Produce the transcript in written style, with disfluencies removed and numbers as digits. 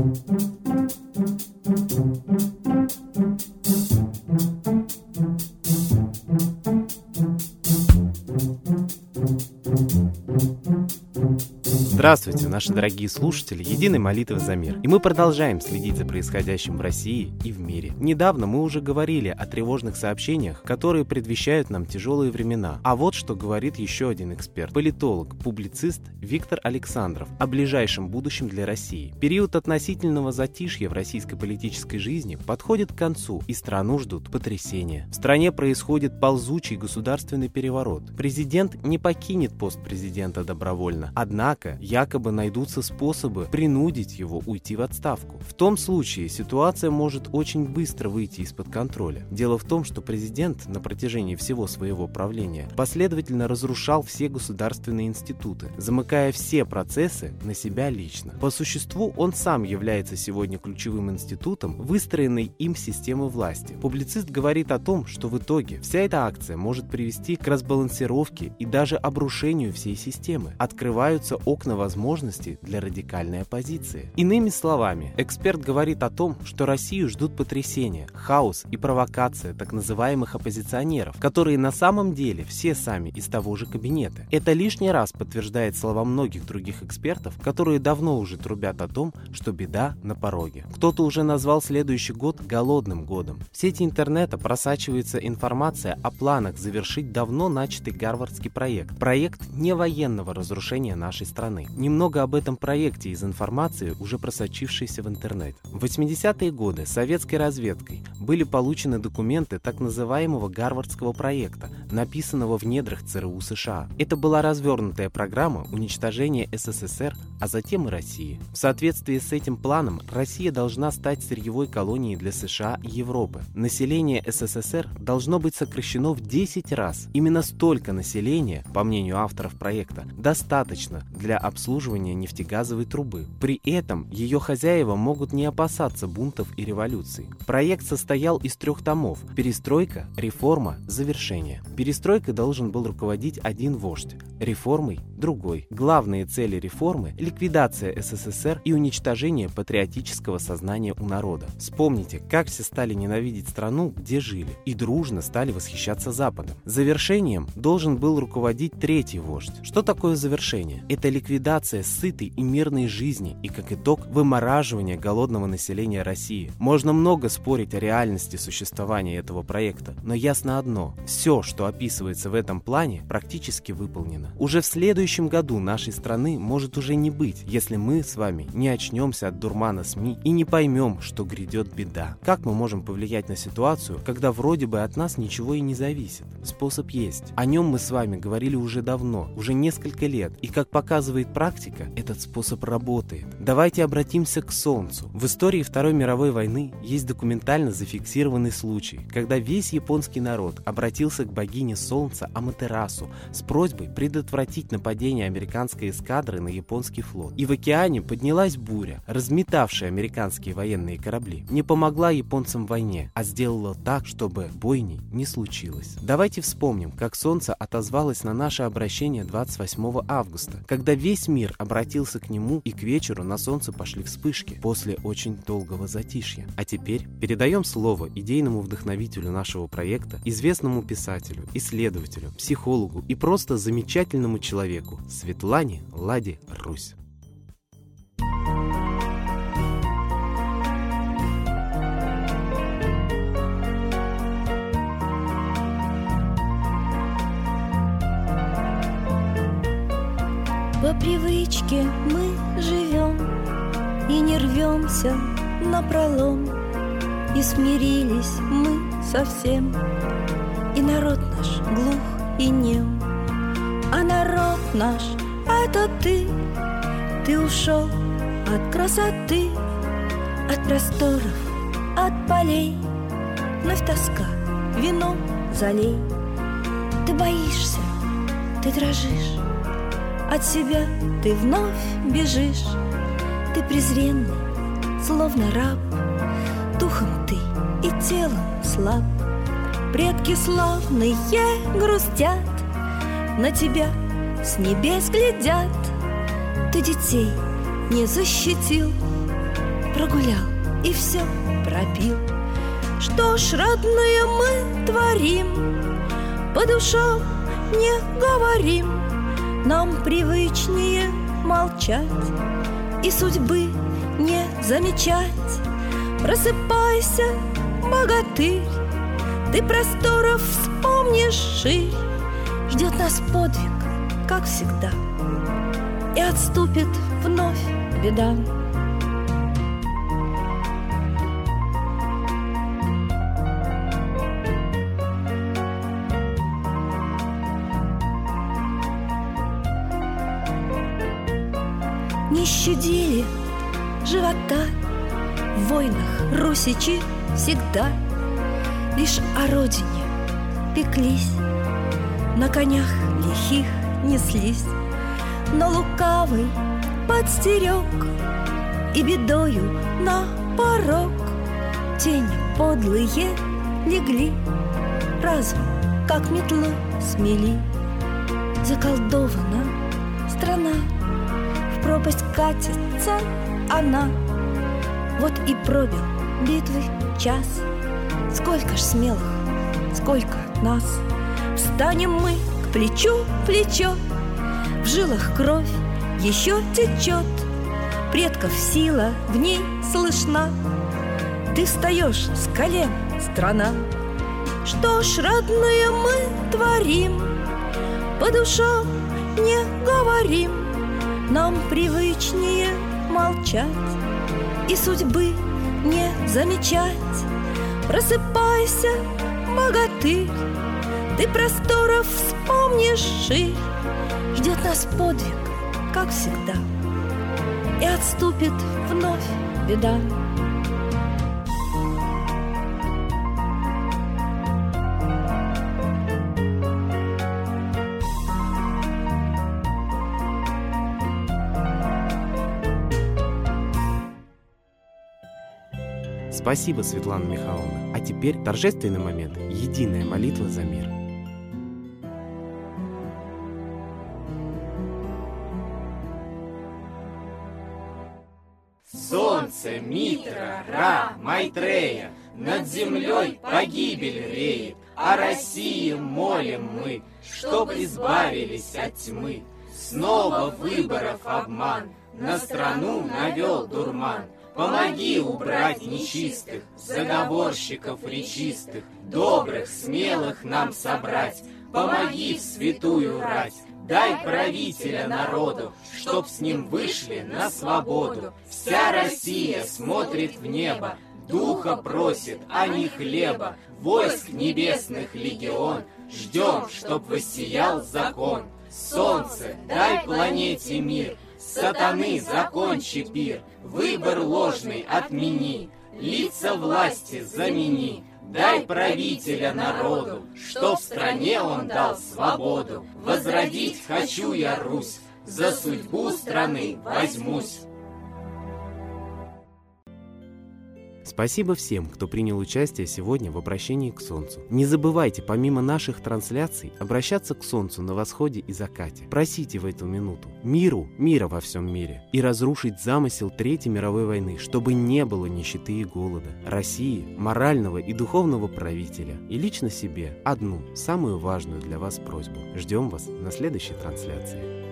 Здравствуйте, наши дорогие слушатели Единой молитвы за мир. И мы продолжаем следить за происходящим в России и в мире. Недавно мы уже говорили о тревожных сообщениях, которые предвещают нам тяжелые времена. А вот что говорит еще один эксперт, политолог, публицист Виктор Александров о ближайшем будущем для России. Период относительного затишья в российской политической жизни подходит к концу, и страну ждут потрясения. В стране происходит ползучий государственный переворот. Президент не покинет пост президента добровольно, однако якобы найдутся способы принудить его уйти в отставку. В том случае ситуация может очень быстро выйти из-под контроля. Дело в том, что президент на протяжении всего своего правления последовательно разрушал все государственные институты, замыкая все процессы на себя лично. По существу он сам является сегодня ключевым институтом выстроенной им системы власти. Публицист говорит о том, что в итоге вся эта акция может привести к разбалансировке и даже обрушению всей системы. Открываются окна возможностей для радикальной оппозиции. Иными словами, эксперт говорит о том, что Россию ждут потрясения, хаос и провокация так называемых оппозиционеров, которые на самом деле все сами из того же кабинета. Это лишний раз подтверждает слова многих других экспертов, которые давно уже трубят о том, что беда на пороге. Кто-то уже назвал следующий год голодным годом. В сети интернета просачивается информация о планах завершить давно начатый гарвардский проект. Проект не военного разрушения нашей страны. Немного об этом проекте из информации, уже просочившейся в интернет. В 80-е годы советской разведкой были получены документы так называемого гарвардского проекта, написанного в недрах ЦРУ США. Это была развернутая программа уничтожения СССР, а затем и России. В соответствии с этим планом Россия должна стать сырьевой колонией для США и Европы. Население СССР должно быть сокращено в 10 раз. Именно столько населения, по мнению авторов проекта, достаточно для обслуживания нефтегазовой трубы. При этом ее хозяева могут не опасаться бунтов и революций. Проект состоял из 3 томов: перестройка, реформа, завершение. Перестройкой должен был руководить один вождь, реформой – другой. Главные цели реформы – ликвидация СССР и уничтожение патриотического сознания у народа. Вспомните, как все стали ненавидеть страну, где жили, и дружно стали восхищаться Западом. Завершением должен был руководить третий вождь. Что такое завершение? Это ликвидация сытой и мирной жизни и, как итог, вымораживание голодного населения России. Можно много спорить о реальности существования этого проекта, но ясно одно – все, что описывается в этом плане, практически выполнено. Уже в следующем году нашей страны может уже не быть, если мы с вами не очнемся от дурмана СМИ и не поймем, что грядет беда. Как мы можем повлиять на ситуацию, когда вроде бы от нас ничего и не зависит? Способ есть. О нем мы с вами говорили уже давно, уже несколько лет, и как показывает практика, этот способ работает. Давайте обратимся к Солнцу. В истории Второй мировой войны есть документально зафиксированный случай, когда весь японский народ обратился к богине Солнца Аматерасу с просьбой предотвратить нападение американской эскадры на японский флот. И в океане поднялась буря, разметавшая американские военные корабли. Не помогла японцам в войне, а сделала так, чтобы бойни не случилось. Давайте вспомним, как Солнце отозвалось на наше обращение 28 августа, когда весь мир обратился к нему, и к вечеру на Солнце пошли вспышки после очень долгого затишья. А теперь передаем слово идейному вдохновителю нашего проекта, известному писателю, исследователю, психологу и просто замечательному человеку Светлане Ладе Русь. По привычке мы живем и не рвемся напролом, и смирились мы совсем, и народ наш глух и нем. А народ наш — это ты ушел от красоты, от просторов, от полей. Вновь тоска, вино залей. Ты боишься, ты дрожишь, от себя ты вновь бежишь. Ты презренный, словно раб, духом ты и телом слаб. Предки славные грустят, на тебя с небес глядят. Ты детей не защитил, прогулял и все пропил. Что ж, родные, мы творим, по душам не говорим. Нам привычнее молчать и судьбы не замечать. Просыпайся, богатырь, ты просторов вспомнишь ширь. Ждет нас подвиг, как всегда, и отступит вновь беда. Не щадили живота в войнах русичи всегда, лишь о родине пеклись, на конях лихих неслись. Но лукавый подстерег и бедою на порог тени подлые легли, разум как метлу смели. Заколдована страна, в пропасть катится она. Вот и пробил битвы час. Сколько ж смелых, сколько нас. Встанем мы к плечу плечо, в жилах кровь еще течет, предков сила в ней слышна. Ты встаешь с колен, страна. Что ж, родные, мы творим, по душам не говорим. Нам привычнее молчать и судьбы не замечать. Просыпайся, богатырь, ты просторов вспомнишь ширь. Ждет нас подвиг, как всегда, и отступит вновь беда. Спасибо, Светлана Михайловна. А теперь торжественный момент. Единая молитва за мир. Солнце, Митра, Ра, Майтрея, над землей погибель реет. О России молим мы, чтоб избавились от тьмы. Снова выборов обман на страну навел дурман. Помоги убрать нечистых, заговорщиков речистых, добрых, смелых нам собрать. Помоги в святую рать, дай правителя народу, чтоб с ним вышли на свободу. Вся Россия смотрит в небо, духа просит, а не хлеба. Войск небесных легион, ждем, чтоб воссиял закон. Солнце, дай планете мир, сатаны закончи пир. Выбор ложный отмени, лица власти замени. Дай правителя народу, что в стране он дал свободу. Возродить хочу я Русь, за судьбу страны возьмусь. Спасибо всем, кто принял участие сегодня в обращении к Солнцу. Не забывайте, помимо наших трансляций, обращаться к Солнцу на восходе и закате. Просите в эту минуту мира во всем мире и разрушить замысел Третьей мировой войны, чтобы не было нищеты и голода. России, морального и духовного правителя и лично себе одну, самую важную для вас просьбу. Ждем вас на следующей трансляции.